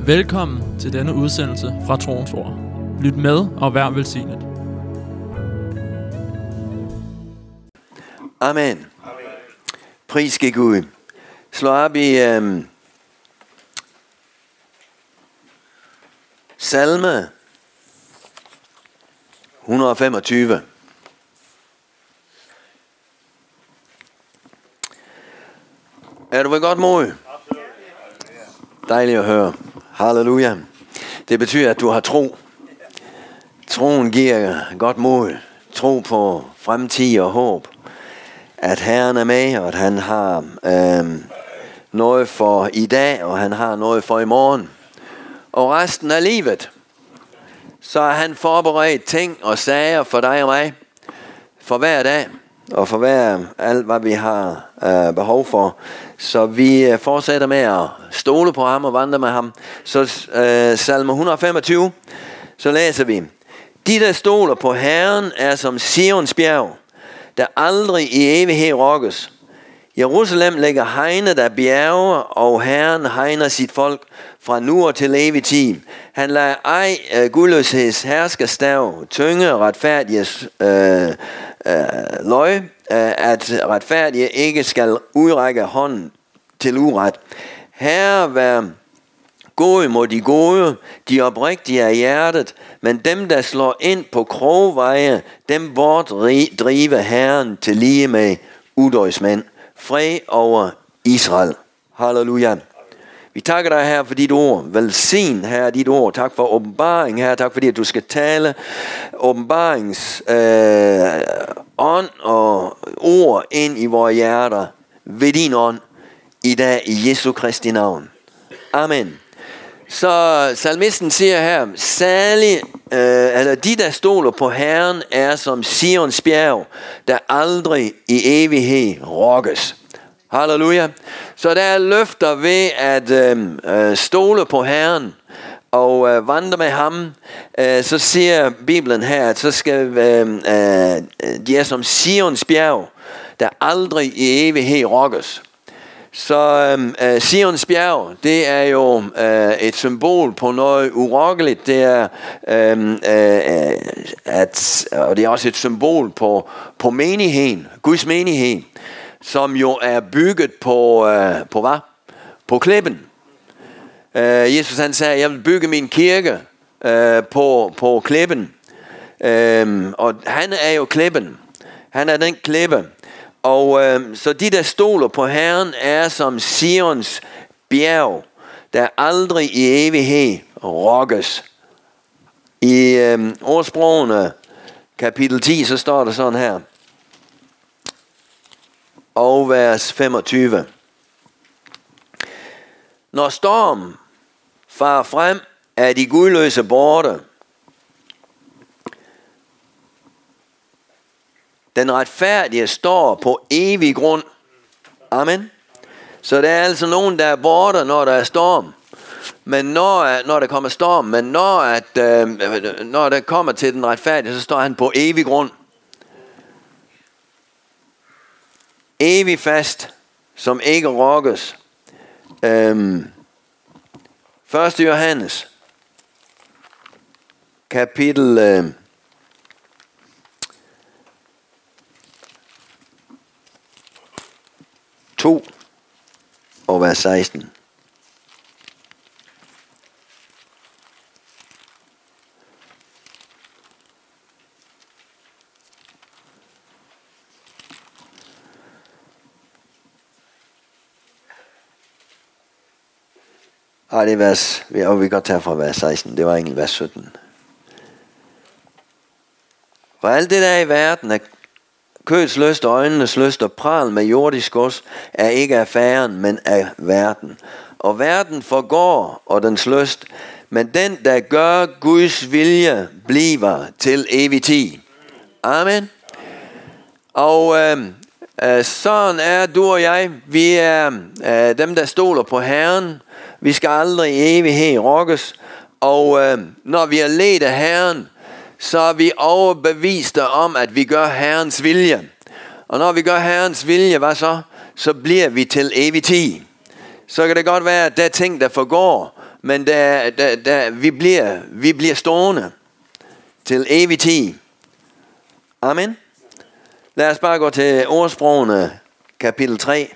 Velkommen til denne udsendelse fra Troens Ord. Lyt med og vær velsignet. Amen. Pris skal Gud. Slå op i Salme 125. Er du ved godt mod? Dejligt at høre. Halleluja. Det betyder, at du har tro. Troen giver godt mod. Tro på fremtid og håb. At Herren er med, og at han har noget for i dag, og han har noget for i morgen. Og resten af livet, så har han forberedt ting og sager for dig og mig. For hver dag, og for alt, hvad vi har behov for. Så vi fortsætter med at stole på ham og vandre med ham. Så salme 125, så læser vi. De, der stoler på Herren, er som Sions bjerg, der aldrig i evighed rokkes. Jerusalem ligger hegnet af bjerge, og Herren hegner sit folk fra nu og til evig tid. Han lader ej gudløsheds herskerstav, tynge retfærdiges løg, at retfærdige ikke skal udrække hånden til uret. Herre, vær gode mod de gode, de oprigtige af hjertet, men dem, der slår ind på krogveje, dem bort drive Herren til lige med udøjsmænd. Fred over Israel. Halleluja. Vi takker dig, Herre, for dit ord. Velsign, Herre, dit ord. Tak for åbenbaring, Herre. Tak fordi, at du skal tale åbenbarings ånd og ord ind i vores hjerter ved din ånd i dag i Jesu Kristi navn. Amen. Så salmisten siger her, særlig, de der stoler på Herren er som Sions bjerg, der aldrig i evighed rokkes. Halleluja. Så der er løfter ved at stole på Herren og vandre med ham. Så siger Bibelen her, at så skal de er som Sions bjerg, der aldrig i evighed rokkes. Så Sions bjerg, det er jo et symbol på noget urokkeligt. Det er og det er også et symbol på menigheden, Guds menighed, som jo er bygget på hvad? På klippen. Jesus han sagde, jeg vil bygge min kirke på klippen. Og han er jo klippen. Han er den klippe. Og så de, der stoler på Herren, er som Sions bjerg, der aldrig i evighed rokkes. I ordsprogene, kapitel 10, så står der sådan her. Og vers 25. Når storm farer frem, er de gudløse borte. Den retfærdige står på evig grund. Amen. Så der er altså nogen, der er borte, når der er storm. Men når der kommer storm, men når der kommer til den retfærdige, så står han på evig grund. Evig fast, som ikke rokkes. 1. Johannes, kapitel 2 og vers 16. Det er vers, vi kan godt tage fra vers 16, det var egentlig vers 17. For alt det der i verden er kødets lyst og øjnenes lyst og pral med jordisk gods er ikke af færen, men af verden. Og verden forgår og dens lyst, men den, der gør Guds vilje, bliver til evig tid. Amen. Og sådan er du og jeg. Vi er dem, der stoler på Herren. Vi skal aldrig i evighed rokkes. Og når vi er ledt af Herren, så er vi overbeviste om, at vi gør Herrens vilje. Og når vi gør Herrens vilje, hvad så? Så bliver vi til evig tid. Så kan det godt være, at der er ting, der forgår. men vi bliver stående til evig tid. Amen. Lad os bare gå til Ordsprogene, kapitel 3.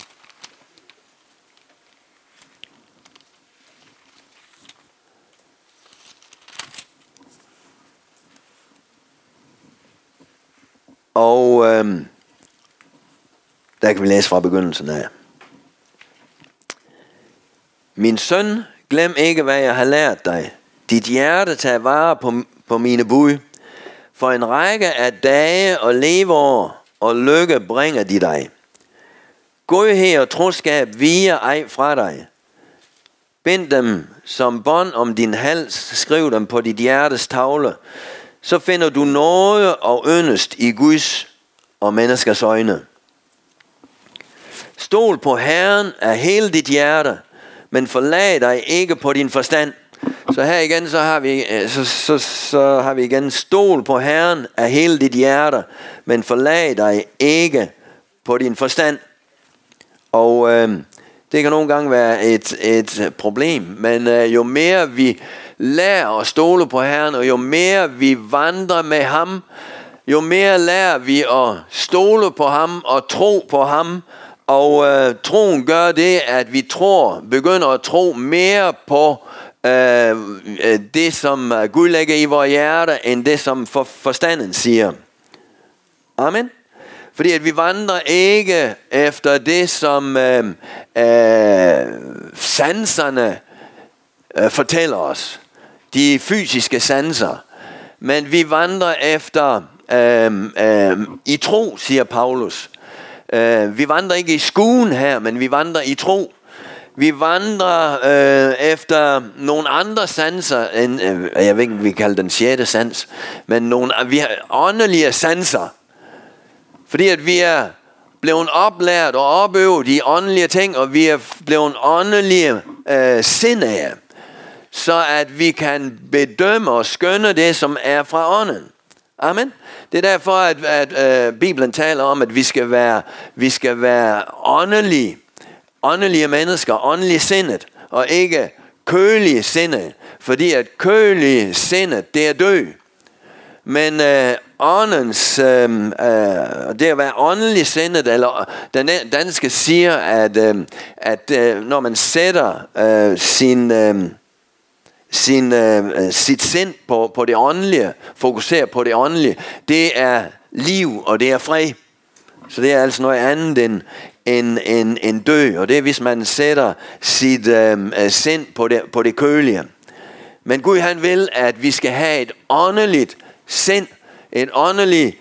Og der kan vi læse fra begyndelsen af. Min søn, glem ikke, hvad jeg har lært dig. Dit hjerte tager vare på mine bud. For en række af dage og leveår og lykke bringer de dig. Godhed og troskab viger ej fra dig. Bind dem som bånd om din hals, skriv dem på dit hjertes tavle. Så finder du nåde og yndest i Guds og menneskers øjne. Stol på Herren af hele dit hjerte, men forlad dig ikke på din forstand. Så her igen, så har vi igen stol på Herren af hele dit hjerte, men forlad dig ikke på din forstand. Og det kan nogle gange være et problem, men jo mere vi lærer at stole på Herren, og jo mere vi vandrer med ham, jo mere lærer vi at stole på ham og tro på ham. Og troen gør det, at vi begynder at tro mere på det, som Gud lægger i vores hjerte, end det, som forstanden siger. Amen. Fordi at vi vandrer ikke efter det, som sanserne fortæller os. De fysiske sanser. Men vi vandrer efter i tro, siger Paulus. Vi vandrer ikke i skuen her, men vi vandrer i tro. Vi vandrer efter nogle andre sanser, end, jeg ved ikke, vi kalder den 6. sans, men vi har åndelige sanser. Fordi at vi er blevet oplært og opøvet i åndelige ting, og vi er blevet åndelige sindage, så at vi kan bedømme og skønne det, som er fra ånden. Amen. Det er derfor, at Bibelen taler om, at vi skal være åndelige mennesker, åndelige sindet, og ikke kølige sindet. Fordi at kølige sindet, det er død. Men åndens, det at være åndelig sindet, eller den danske siger, at når man sætter sit sind på det åndelige, fokuserer på det åndelige, det er liv, og det er fred. Så det er altså noget andet end død, og det er, hvis man sætter sit sind på det kølige. Men Gud, han vil, at vi skal have et åndeligt sind, et åndeligt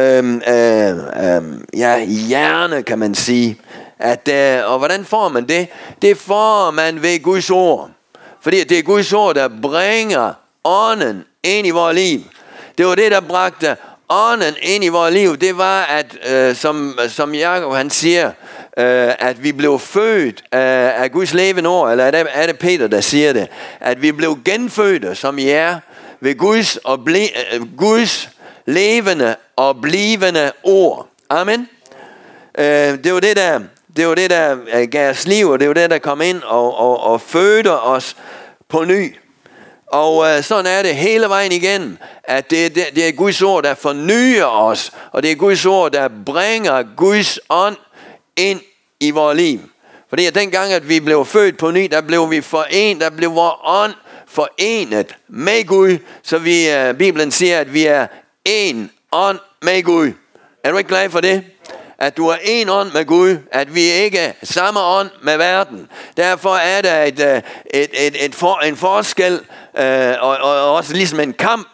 hjerne, kan man sige. Og hvordan får man det? Det får man ved Guds ord. Fordi det er Guds ord, der bringer ånden ind i vores liv. Det var det, der bragte ånden ind i vores liv. Det var, at som Jakob han siger, at vi blev født af Guds levende ord. Eller er det Peter, der siger det? At vi blev genfødte, som I er, ved Guds levende og blivende ord. Amen. Det var det, der gav os liv, og det var det, der kom ind og fødte os på ny. Og sådan er det hele vejen igen, at det er Guds ord, der fornyer os, og det er Guds ord, der bringer Guds ånd ind i vores liv. Fordi at dengang, at vi blev født på ny, der blev vi forenet, der blev vores ånd forenet med Gud, så Bibelen siger, at vi er en ånd med Gud. Er du ikke glad for det? At du er en ånd med Gud, at vi ikke er samme ånd med verden. Derfor er der en forskel, og også ligesom en kamp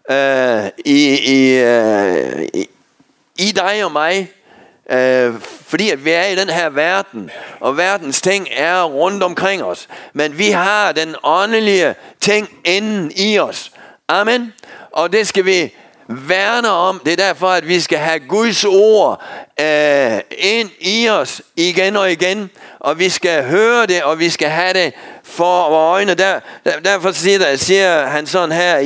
i dig og mig, fordi at vi er i den her verden, og verdens ting er rundt omkring os. Men vi har den åndelige ting inden i os. Amen. Og det skal vi værner om. Det er derfor, at vi skal have Guds ord ind i os igen og igen. Og vi skal høre det, og vi skal have det for vores øjne. Derfor siger han sådan her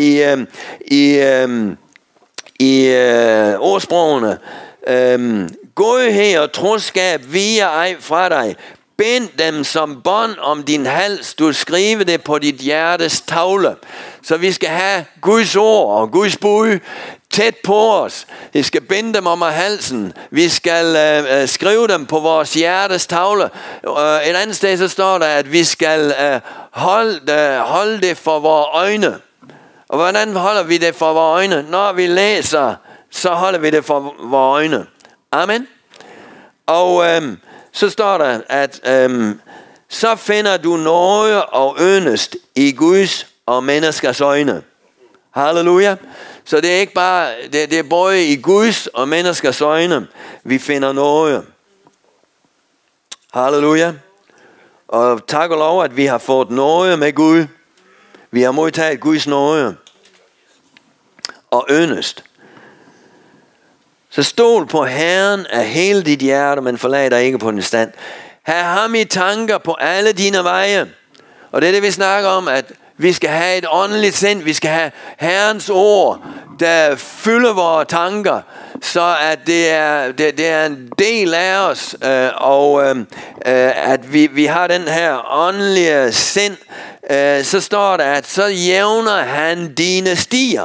i ordsprogene. Godhed og troskab viger ej fra dig. bind dem som bånd om din hals. Du skriver det på dit hjertes tavle. Så vi skal have Guds ord og Guds bud tæt på os. Vi skal binde dem om halsen. Vi skal skrive dem på vores hjertes tavle. Et andet sted så står der, at vi skal holde det for vores øjne. Og hvordan holder vi det for vores øjne? Når vi læser, så holder vi det for vores øjne. Amen. Og så står der, at så finder du nåde og yndest i Guds og menneskers øjne. Halleluja. Så det er ikke bare, det er både i Guds og menneskers øjne, vi finder nåde. Halleluja. Og tak og lov, at vi har fået nåde med Gud. Vi har modtaget Guds nåde og yndest. Så stol på Herren af hele dit hjerte, men forlad dig ikke på den stand. Hav ham i tanker på alle dine veje. Og det er det, vi snakker om, at vi skal have et åndeligt sind. Vi skal have Herrens ord, der fylder vores tanker, så at det er en del af os, at vi har den her åndelige sind. Så står der, at så jævner han dine stier.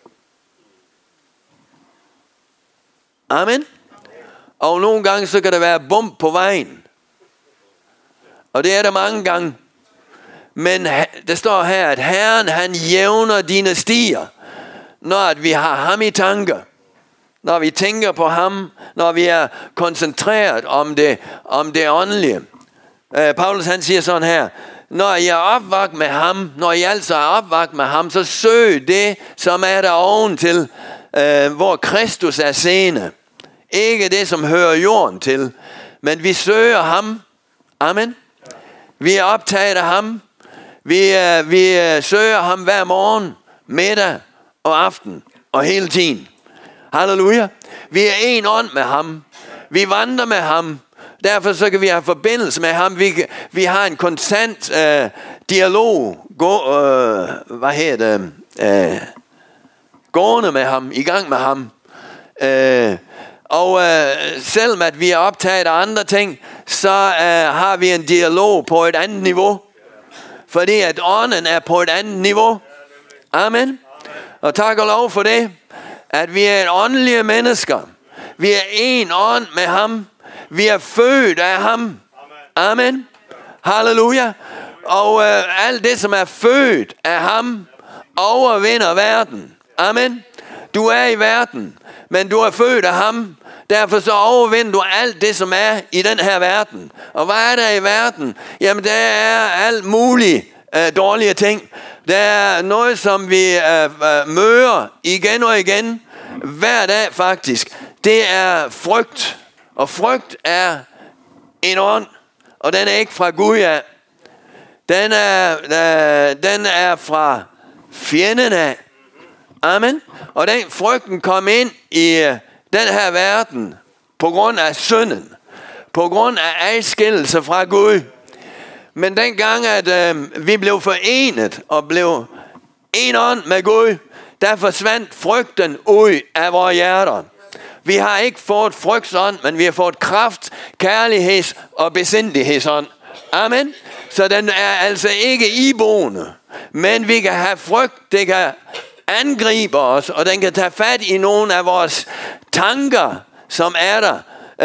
Amen. Og nogle gange så kan der være bump på vejen. Og det er der mange gange. Men der står her, at Herren han jævner dine stier, når at vi har ham i tanker. Når vi tænker på ham, når vi er koncentreret om det åndelige. Paulus han siger sådan her, når I er opvakt med ham, når I altså er opvakt med ham, så søg det, som er der oventil, hvor Kristus er seende. Ikke det, som hører jorden til, men vi søger ham. Amen. Vi er optaget af ham. Vi søger ham hver morgen, middag og aften og hele tiden. Halleluja. Vi er en ånd med ham. Vi vandrer med ham. Derfor så kan vi have forbindelse med ham. Vi har en konstant dialog. Gående med ham. I gang med ham. Og selvom at vi er optaget af andre ting, så har vi en dialog på et andet niveau. Fordi at ånden er på et andet niveau. Amen. Og tak og lov for det. At vi er åndelige mennesker. Vi er en ånd med ham. Vi er født af ham. Amen. Halleluja. Og alt det som er født af ham overvinder verden. Amen. Du er i verden, men du er født af ham. Derfor så overvinder du alt det, som er i den her verden. Og hvad er der i verden? Jamen, der er alt muligt dårlige ting. Der er noget, som vi møder igen og igen. Hver dag faktisk. Det er frygt. Og frygt er en ånd. Og den er ikke fra Gud af. Den er fra fjenden af. Amen. Og den frygten kom ind i den her verden på grund af synden. På grund af adskillelse fra Gud. Men dengang at vi blev forenet og blev en ånd med Gud, der forsvandt frygten ud af vores hjerter. Vi har ikke fået frygtsånd, men vi har fået kraft, kærligheds- og besindighedsånd. Amen. Så den er altså ikke iboende. Men vi kan have frygt, det kan angribe os, og den kan tage fat i nogle af vores tanker, som er der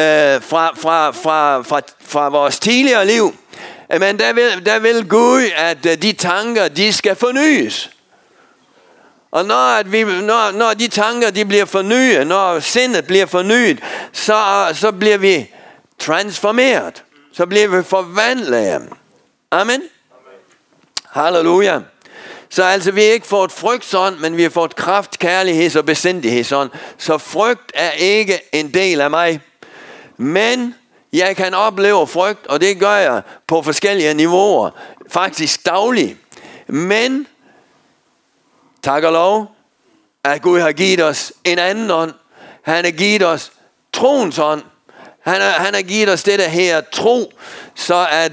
fra vores tidligere liv. Men der vil Gud, at de tanker, de skal fornyes. Og når de tanker, de bliver fornyet, når sindet bliver fornyet, så bliver vi transformeret. Så bliver vi forvandlet. Amen. Halleluja. Så altså, vi har ikke fået frygtsånd, men vi har fået kraft, kærligheds- og besindighedsånd. Så frygt er ikke en del af mig. Men jeg kan opleve frygt, og det gør jeg på forskellige niveauer. Faktisk dagligt. Men tak og lov, at Gud har givet os en anden ånd. Han har givet os troens ånd. Han har givet os det der her tro, så at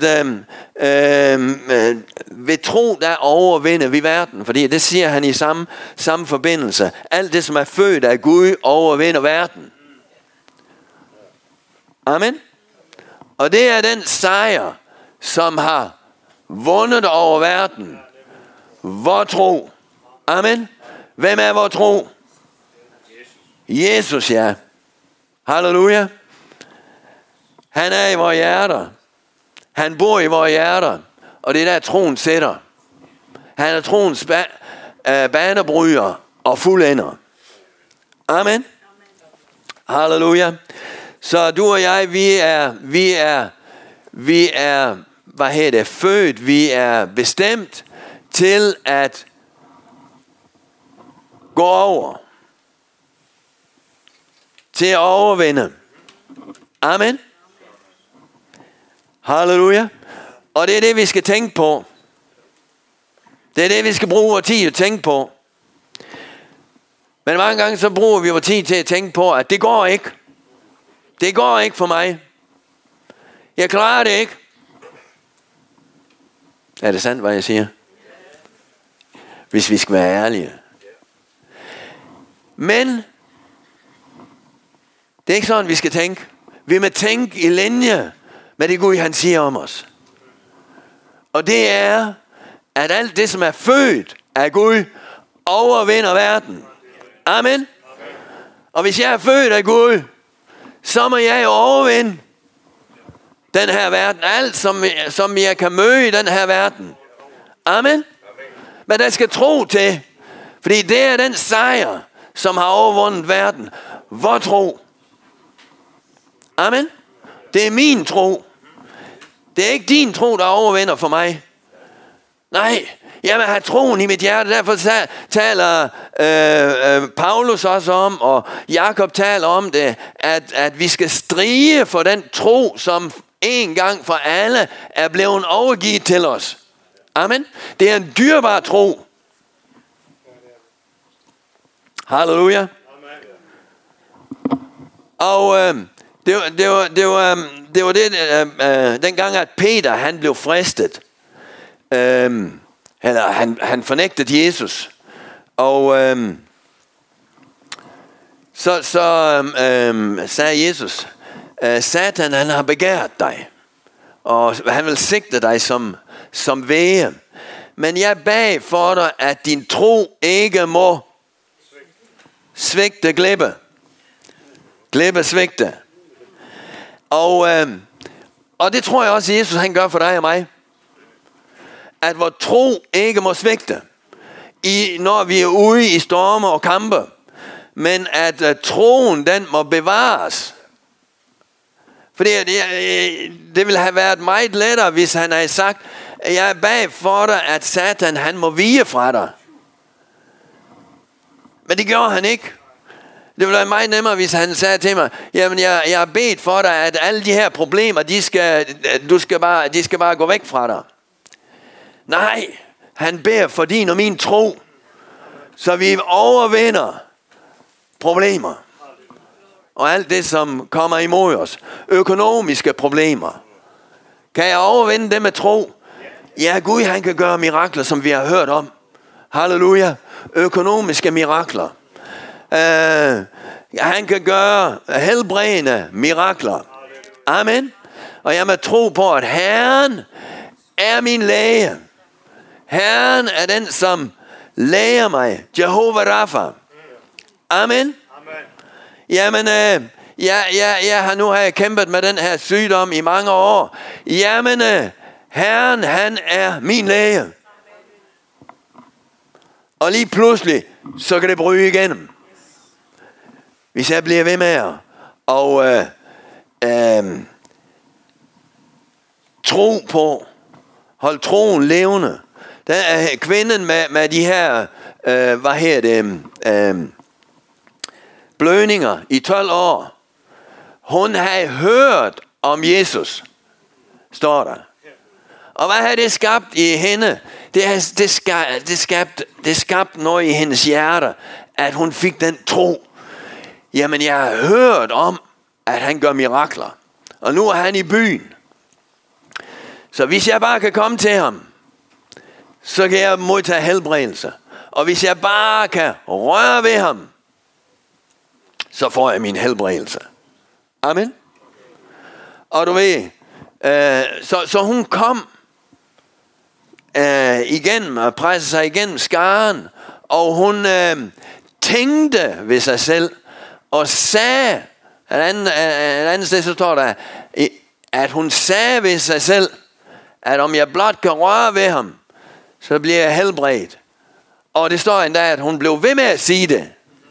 ved tro, der overvinder vi verden. Fordi det siger han i samme forbindelse. Alt det, som er født af Gud, overvinder verden. Amen. Og det er den sejr, som har vundet over verden. Vor tro. Amen. Hvem er vor tro? Jesus, ja. Halleluja. Han er i vores hjerter. Han bor i vores hjerter. Og det er der troen sætter. Han er troens banebryder og fuldender. Amen. Halleluja. Så du og jeg, vi er født, vi er bestemt til at gå over. Til at overvinde. Amen. Halleluja. Og det er det, vi skal tænke på. Det er det, vi skal bruge vores tid at tænke på. Men mange gange så bruger vi vores tid til at tænke på, at det går ikke. Det går ikke for mig. Jeg klarer det ikke. Er det sandt, hvad jeg siger? Hvis vi skal være ærlige. Men det er ikke sådan, vi skal tænke. Vi må tænke i linje med det Gud, han siger om os. Og det er, at alt det, som er født af Gud, overvinder verden. Amen. Og hvis jeg er født af Gud, så må jeg jo overvinde den her verden. Alt, som jeg kan møde i den her verden. Amen. Men der skal tro til. Fordi det er den sejr, som har overvundet verden. Vor tro. Amen. Det er min tro. Det er ikke din tro, der overvinder for mig. Nej, jeg vil have troen i mit hjerte. Derfor taler Paulus også om, og Jakob taler om det, at vi skal stride for den tro, som en gang for alle er blevet overgivet til os. Amen. Det er en dyrbar tro. Halleluja. Og det var det, dengang at Peter han blev fristet. Eller han fornægtede Jesus. Og så sagde Jesus, Satan han har begært dig. Og han vil sigte dig som væge. Men jeg bag for dig, at din tro ikke må svigte, glibbe, svigte. Og det tror jeg også, Jesus han gør for dig og mig. At vores tro ikke må svigte, når vi er ude i storme og kampe. Men at troen den må bevares. Fordi det ville have været meget lettere, hvis han havde sagt, jeg er bag for dig, at Satan han må vige fra dig. Men det gjorde han ikke. Det ville være meget nemmere, hvis han sagde til mig, jamen jeg har bedt for dig, at alle de her problemer, de skal bare gå væk fra dig. Nej, han beder for din og min tro, så vi overvinder problemer. Og alt det, som kommer imod os. Økonomiske problemer. Kan jeg overvinde det med tro? Ja, Gud han kan gøre mirakler, som vi har hørt om. Halleluja. Økonomiske mirakler. Han kan gøre helbredende mirakler. Amen. Og jeg må tro på, at Herren er min læge. Herren er den, som læger mig. Jehovah Rapha. Amen. Jamen, nu har jeg kæmpet med den her sygdom i mange år. Jamen, Herren, han er min læge. Og lige pludselig, så kan det bryde igennem. Hvis jeg bliver ved med at tro på, hold troen levende. Der er kvinden med de her, blødninger i 12 år. Hun havde hørt om Jesus, står der. Og hvad havde det skabt i hende? Det skabte noget i hendes hjerte, at hun fik den tro. Jamen, jeg har hørt om, at han gør mirakler. Og nu er han i byen. Så hvis jeg bare kan komme til ham, så kan jeg modtage helbredelse. Og hvis jeg bare kan røre ved ham, så får jeg min helbredelse. Amen. Og du ved, Så hun kom igennem og pressede sig igennem skaren, og hun tænkte ved sig selv og sagde, et andet sted så står der, at hun sagde ved sig selv, at om jeg blot kan røre ved ham, så bliver jeg helbredt. Og det står endda, at hun blev ved med at sige det.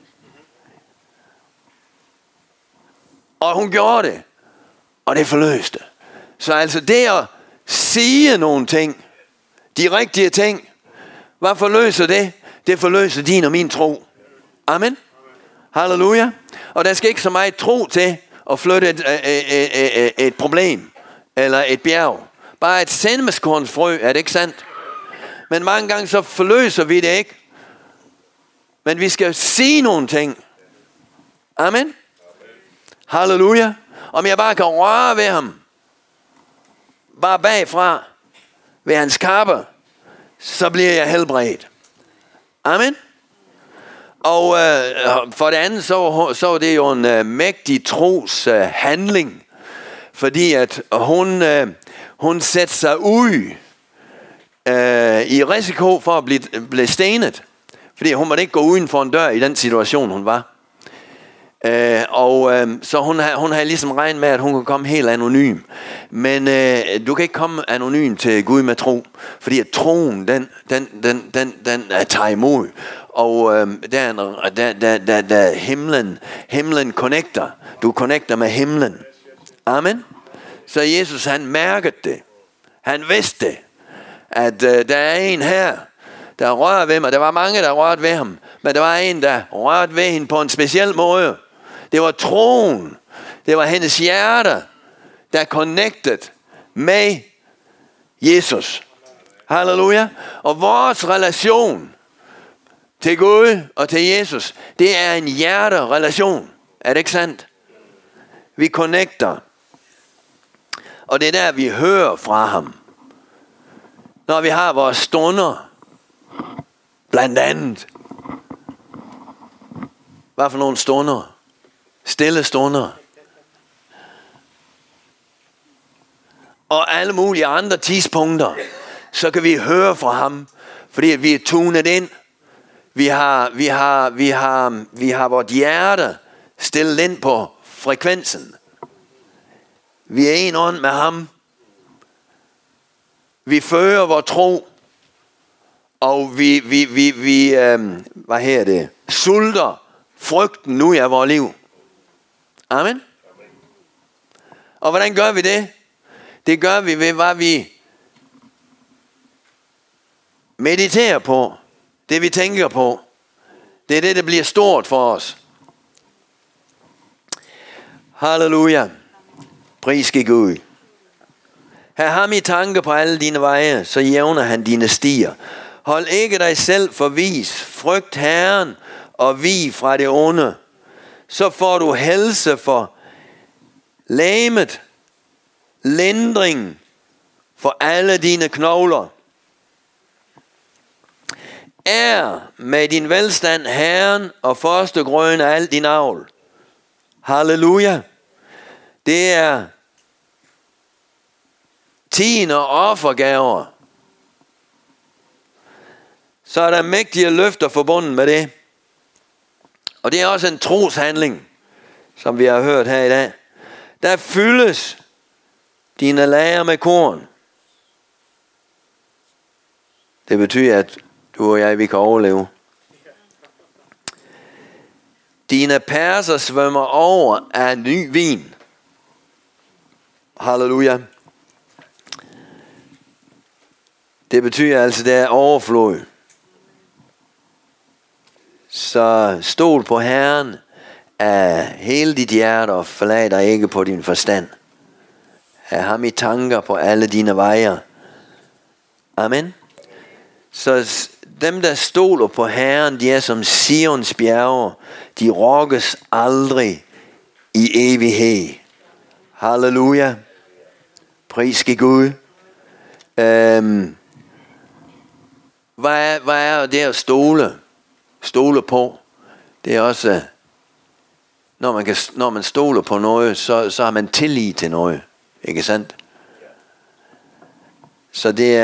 Og hun gjorde det. Og det forløste. Så altså det at sige nogle ting, de rigtige ting, hvad forløser det? Det forløser din og min tro. Amen. Halleluja. Og der skal ikke så meget tro til at flytte et problem eller et bjerg. Bare et sandemæskornsfrø, er det ikke sandt? Men mange gange så forløser vi det ikke. Men vi skal sige nogle ting. Amen. Halleluja. Om jeg bare kan røre ved ham, bare bagfra, ved hans kappe, så bliver jeg helbredt. Amen. Og for det andet, så var det jo en mægtig tros handling. Fordi at hun satte sig ud i risiko for at blive stenet. Fordi hun måtte ikke gå uden for en dør i den situation, hun var. Så hun havde ligesom regnet med, at hun kunne komme helt anonym. Men du kan ikke komme anonym til Gud med tro. Fordi at troen, den tager imod. Og der himlen connecter. Du connecter med himlen. Amen. Så Jesus, han mærkede det. Han vidste, at der er en her, der rører ved mig. Der var mange, der rørte ved ham. Men der var en, der rørte ved hende på en speciel måde. Det var troen. Det var hendes hjerte, der connected med Jesus. Halleluja. Og vores relation til Gud og til Jesus, det er en hjerterelation. Er det ikke sandt? Vi connecter. Og det er der, vi hører fra ham. Når vi har vores stunder. Blandt andet. Hvad for nogle stunder? Stille stunder. Og alle mulige andre tidspunkter. Så kan vi høre fra ham. Fordi vi er tunet ind. Vi har vort hjerte stillet ind på frekvensen. Vi er en ånd med ham. Vi fører vores tro. Og vi sulter frygten nu af vores liv. Amen. Og hvordan gør vi det? Det gør vi ved, hvad vi mediterer på. Det vi tænker på. Det er det, der bliver stort for os. Halleluja. Pris ske Gud. Hav ham i tanke på alle dine veje, så jævner han dine stier. Hold ikke dig selv for vis. Frygt Herren og vig fra det onde. Så får du helse for legemet, lindring for alle dine knogler. Er med din velstand Herren og første grøn af al din avl. Halleluja. Det er tiende og offergaver. Så er der mægtige løfter forbundet med det. Og det er også en troshandling, som vi har hørt her i dag. Der fyldes dine lager med korn. Det betyder, at du og jeg, vi kan overleve. Dine perser svømmer over af ny vin. Halleluja. Det betyder altså, det er overflod. Så stol på Herren af hele dit hjerte og forlad dig ikke på din forstand. Hav ham i tanker på alle dine veje. Amen. Så dem, der stoler på Herren, de er som Sions bjerge. De rokkes aldrig i evighed. Halleluja. Pris ske Gud. Hvad er det at stole på? Det er også, når man stoler på noget, så har man tillid til noget. Ikke sandt? Så det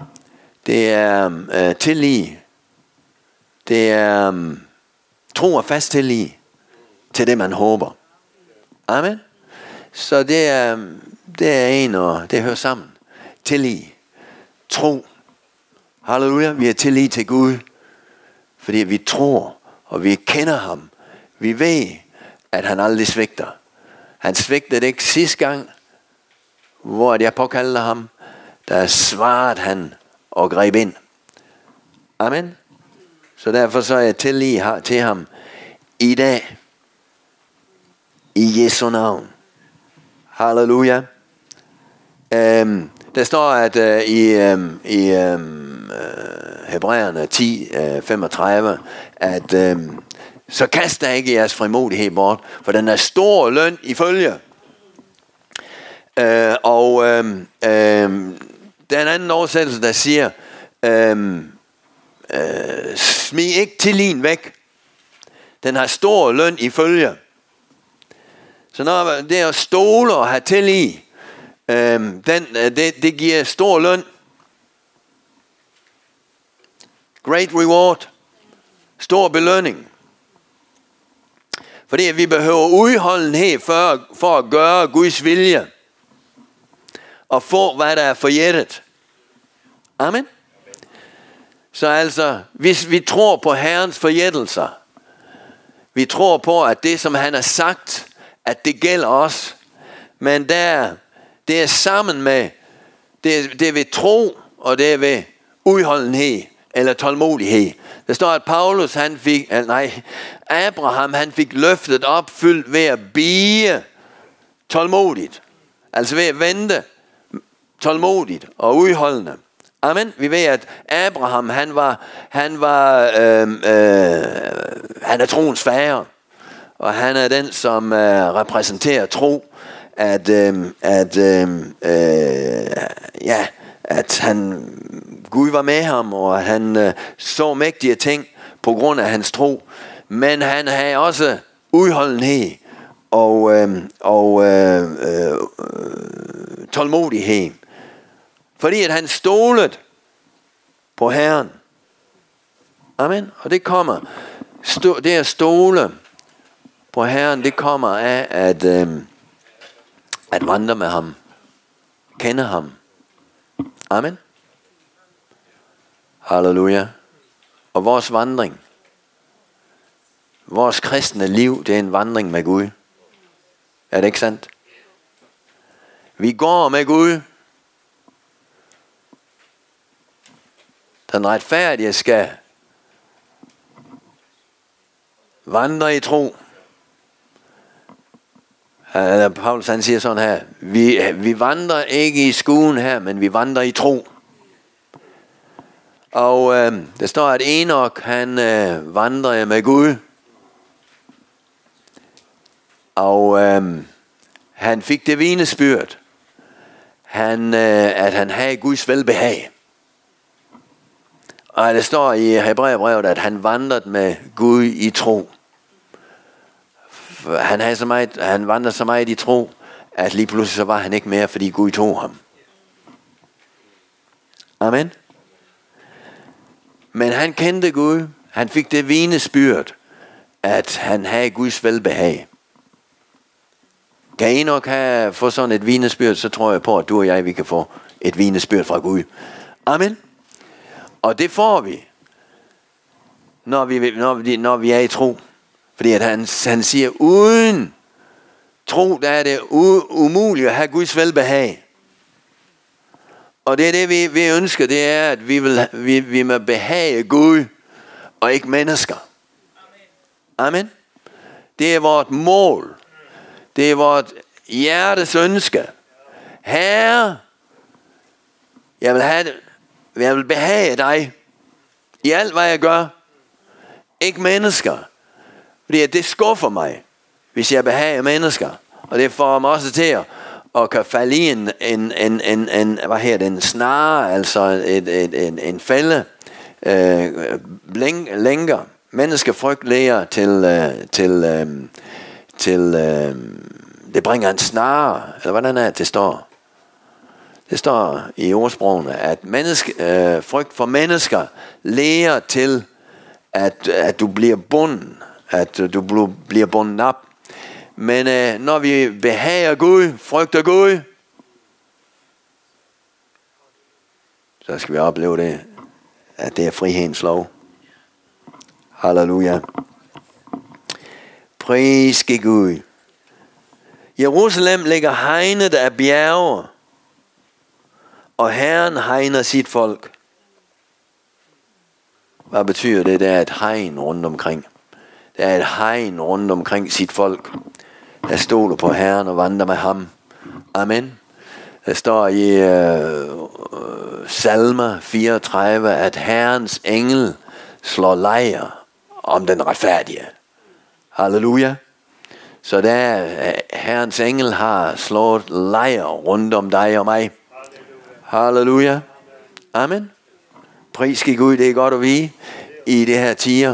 er tillid. Det er tro og fast tillid til det, man håber. Amen. Så det er en, og det hører sammen. Tillid. Tro. Halleluja. Vi har tillid til Gud. Fordi vi tror, og vi kender ham. Vi ved, at han aldrig svigter. Han svigtede ikke sidste gang, hvor jeg påkaldte ham. Der svarede han og greb ind. Amen. Så derfor så er jeg tillid til ham i dag. I Jesu navn. Halleluja. Der står, at i Hebræerne 10:35, at så kast da ikke jeres frimodighed bort, for den er stor løn i følge. Den anden oversættelse, der siger, smid ikke tilliden væk. Den har stor løn i følge. Så når det er at stole og have tillid, det giver stor løn. Great reward. Stor belønning. Fordi vi behøver udholdenhed for at gøre Guds vilje. Og få, hvad der er forjættet. Amen. Så altså, hvis vi tror på Herrens forjættelser, vi tror på, at det, som han har sagt, at det gælder os, men det er sammen med, det er ved tro, og det er ved udholdenhed, eller tålmodighed. Der står, at Abraham, han fik løftet opfyldt ved at bie tålmodigt. Altså ved at vente tålmodigt og udholdende. Amen. Vi ved, at Abraham, han er troens fader, og han er den, som repræsenterer tro, at Gud var med ham, og han så mægtige ting på grund af hans tro, men han havde også udholdenhed og tålmodighed, fordi at han stolede på Herren. Amen. Og det kommer, det at stole på Herren, det kommer af at vandre med ham, kende ham. Amen. Halleluja. Og vores vandring, vores kristne liv, det er en vandring med Gud. Er det ikke sandt? Vi går med Gud. Den retfærdige skal vandre i tro. Paulus han siger sådan her, vi vandrer ikke i skuen her, men vi vandrer i tro. Og der står, at Enok han vandrer med Gud. Og han fik det vidnesbyrd, at han havde Guds velbehag. Og det står i Hebræerbrevet, at han vandrede med Gud i tro. Han vandrede så meget i tro, at lige pludselig så var han ikke mere, fordi Gud tog ham. Amen. Men han kendte Gud. Han fik det vidnesbyrd, at han havde Guds velbehag. Kan I nok få sådan et vidnesbyrd, så tror jeg på, at du og jeg, vi kan få et vidnesbyrd fra Gud. Amen. Og det får vi, når vi er i tro. Fordi at han siger, uden tro, der er det umuligt at have Guds velbehag. Og det er det, vi ønsker, det er, at vi må behage Gud, og ikke mennesker. Amen. Det er vort mål. Det er vort hjertes ønske. Herre, jeg vil behage dig i alt, hvad jeg gør. Ikke mennesker. Fordi det skuffer mig, hvis jeg behager mennesker. Og det får mig også til at kan falde i en snare, altså en fælde, lænker. Menneskefrygt lærer til det bringer en snare, eller hvordan er det står? Det står i ordsprogene, at frygt for mennesker lærer til, at du bliver bunden, at du bliver bundet op. Men når vi behager Gud, frygter Gud, så skal vi opleve det, at det er frihedens lov. Halleluja. Pris Gud. Jerusalem ligger hegnet af bjerge, og Herren hegner sit folk. Hvad betyder det? Det er et hegn rundt omkring. Det er et hegn rundt omkring sit folk, der stoler på Herren og vandrer med ham. Amen. Der står i Salmer 34, at Herrens engel slår lejr om den retfærdige. Halleluja. Så der Herrens engel har slået lejr rundt om dig og mig. Halleluja. Amen. Pris Gud, det er godt at vide i det her tider.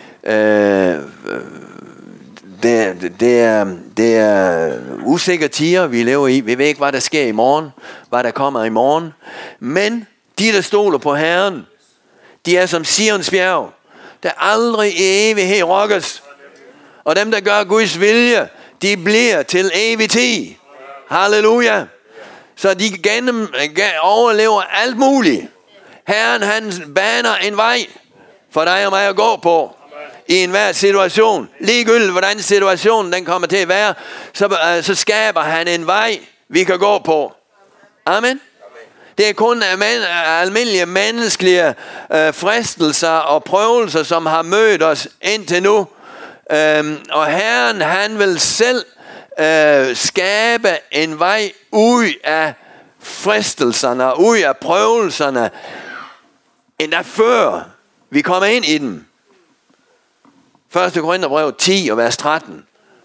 Det er usikre tider, vi lever i. Vi ved ikke, hvad der sker i morgen, hvad der kommer i morgen. Men de, der stoler på Herren, de er som Sions bjerg, der aldrig i evighed rokkes. Og dem, der gør Guds vilje, de bliver til evig tid. Halleluja. Så de overlever alt muligt. Herren, han baner en vej for dig og mig at gå på. I enhver situation. Ligegyldigt hvordan situationen den kommer til at være, så skaber han en vej, vi kan gå på. Amen. Det er kun almindelige menneskelige fristelser og prøvelser, som har mødt os indtil nu. Og Herren, han vil selv skabe en vej ud af fristelserne, ud af prøvelserne, endda før vi kommer ind i dem. 1. Korintherbrev 10 og vers 13.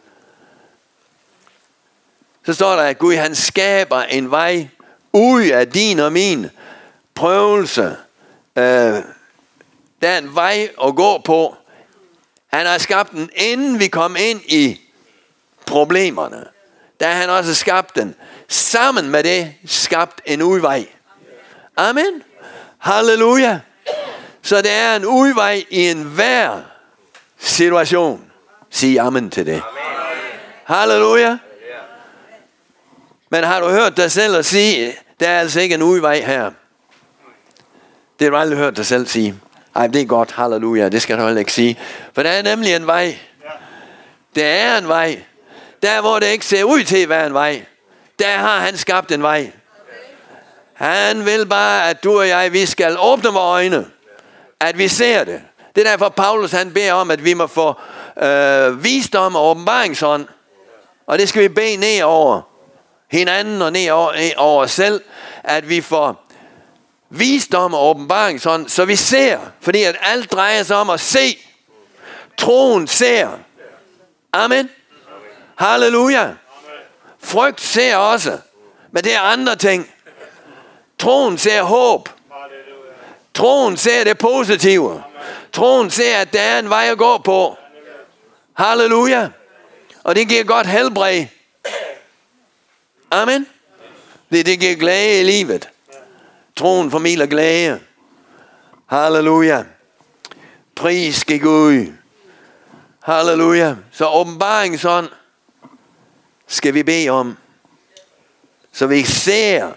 Så står der, at Gud han skaber en vej ud af din og min prøvelse. Der er en vej at gå på. Han har skabt den, inden vi kom ind i problemerne. Der har han også skabt den. Sammen med det skabt en udvej. Amen. Halleluja. Så der er en udvej i enhver situation. Sig amen til det. Amen. Halleluja. Men har du hørt dig selv at sige, der er altså ikke en udvej her? Det har du aldrig hørt dig selv sige. Ej, det er godt, halleluja, det skal du heller ikke sige. For der er nemlig en vej. Der er en vej. Der hvor det ikke ser ud til at være en vej, der har han skabt en vej. Han vil bare, at du og jeg, vi skal åbne vores øjne. At vi ser det. Det er derfor Paulus han beder om, at vi må få visdom og åbenbaringsånd. Og det skal vi bede ned over hinanden og ned over os selv. At vi får visdom og åbenbaringsånd, så vi ser. Fordi at alt drejer sig om at se. Troen ser. Amen. Halleluja. Frygt ser også. Men det er andre ting. Troen ser håb. Troen ser det positive. Troen ser, at der er en vej at gå på. Halleluja. Og det giver godt helbred. Amen. Det giver glæde i livet. Troen formidler glæde. Halleluja. Pris Gud. Halleluja. Så åbenbaringsånd skal vi bede om. Så vi ser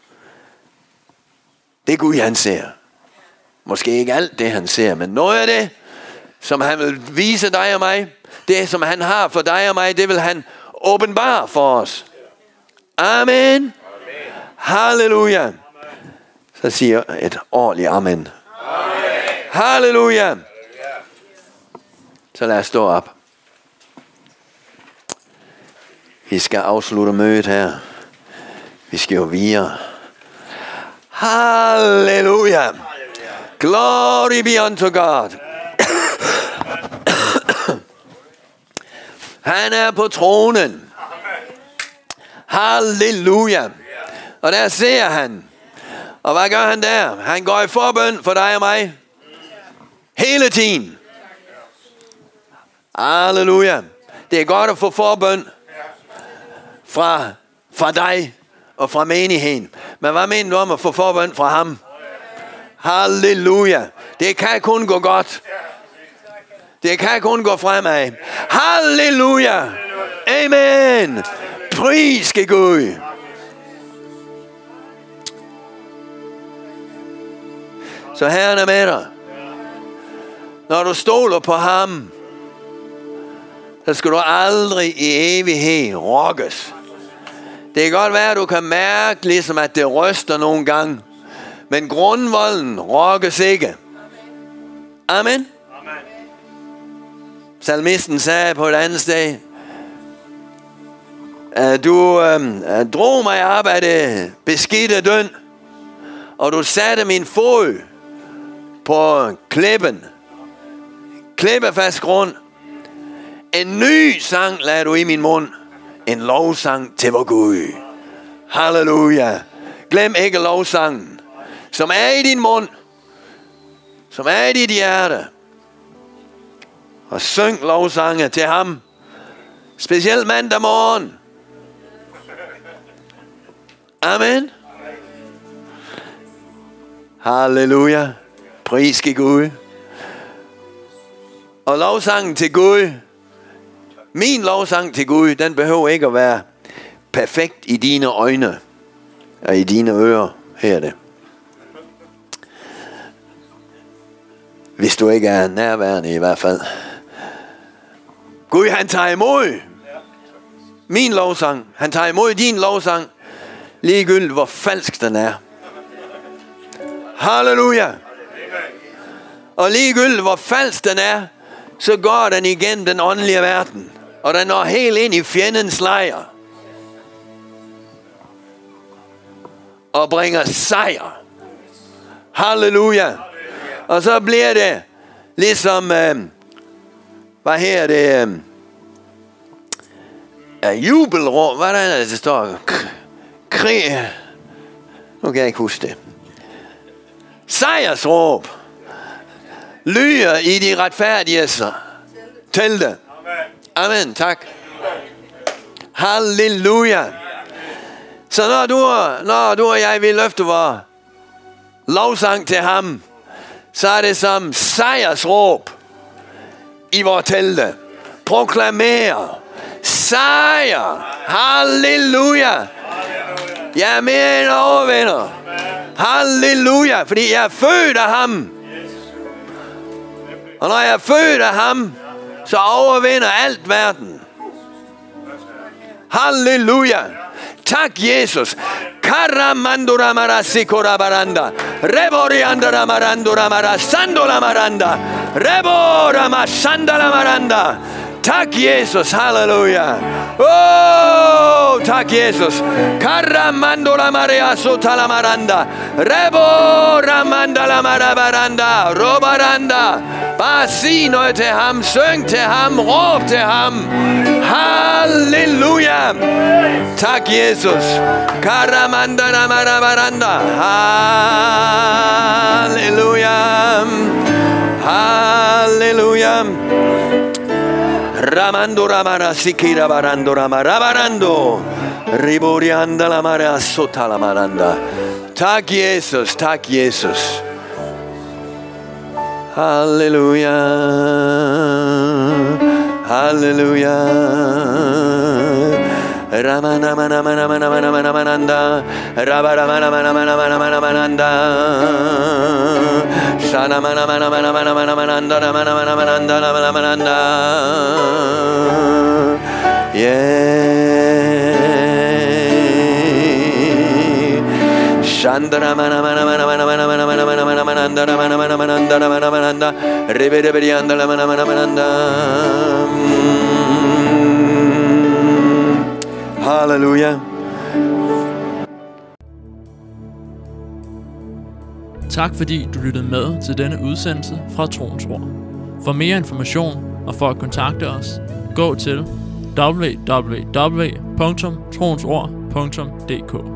det Gud han ser. Måske ikke alt det han ser, men noget af det, som han vil vise dig og mig, det som han har for dig og mig, det vil han åbenbare for os. Amen. Amen. Halleluja. Så siger et ordentligt amen. Amen. Halleluja. Så lad os stå op. Vi skal afslutte mødet her. Vi skal jo videre. Halleluja. Glory be unto God. Han er på tronen. Halleluja. Og der ser han. Og hvad gør han der? Han går i forbøn for dig og mig. Hele tiden. Halleluja. Det er godt at få forbøn fra dig og fra menigheden. Men hvad mener du om at få forbøn fra ham? Halleluja. Det kan kun gå godt. Det kan kun gå fremad. Halleluja. Amen. Pris skal Gud. Så Herren er med dig. Når du stoler på ham, så skal du aldrig i evighed rokkes. Det kan godt være, at du kan mærke, ligesom at det ryster nogle gange. Men grundvolden rokkes ikke. Amen. Salmisten sagde på et andet sted, du drog mig op af det beskidte døn, og du satte min fod på klippen. Klippefast grund. En ny sang lagde du i min mund. En lovsang til vor Gud. Halleluja. Glem ikke lovsangen, som er i din mund, som er i dit hjerte. Og syng lovsange til ham. Specielt mandag morgen. Amen. Halleluja. Pris skal Gud. Og lovsangen til Gud, min lovsang til Gud, den behøver ikke at være perfekt i dine øjne og i dine ører. Her er det. Hvis du ikke er nærværende i hvert fald. Gud, han tager imod min lovsang. Han tager imod din lovsang. Ligegyldigt hvor falsk den er. Halleluja. Og ligegyldigt hvor falsk den er, så går den igennem den åndelige verden. Og den når helt ind i fjendens lejr. Og bringer sejr. Halleluja. Og så bliver det ligesom, hvad her det, jubelråb, hvad er det står? Krig. Nu kan jeg ikke huske det. Sejrsråb. Lyder i de retfærdiges telte. Amen, tak. Halleluja. Så når du og jeg vil løfte vores lovsang til ham, så er det som sejrsråb i vores telte. Proklamere sejr. Halleluja. Jeg er mere end overvinder. Halleluja. Fordi jeg er født af ham. Og når jeg er født af ham, så overvinder alt verden. Halleluja. Tak, Jesus. Karamandura marasikora baranda. Reboriandura marandura marasandula maranda. Rebora masandala maranda. Tak, Jesus. Halleluja. Oh, tak, Jesus. Karamandula maria sotala maranda. Rebora mandala marabaranda. Robaranda. Bare sig noget til ham. Syng til ham. Råb til ham. Halleluja. Tak, Jesus. Karamandala marabaranda. Halleluja. Halleluja. Ramando ramara sikira barando ramara barando. Riborianda la mara sota la maranda. Tak, Jesus. Tak, Jesus. Halleluja. Halleluja. Ramana mana mana mana mana mana mananda. Rabara mana mana mana mana mana mananda. Shana mana mana mana mana mana mananda. Mana mana mananda mana mananda. Yeah. Chandra mana mana mana mana mana mana mana mana mana mananda mana mana mananda mana mananda. Rebe rebe anda mana mana mananda. Halleluja. Tak fordi du lyttede med til denne udsendelse fra Troens Ord. For mere information og for at kontakte os, gå til www.troensord.dk.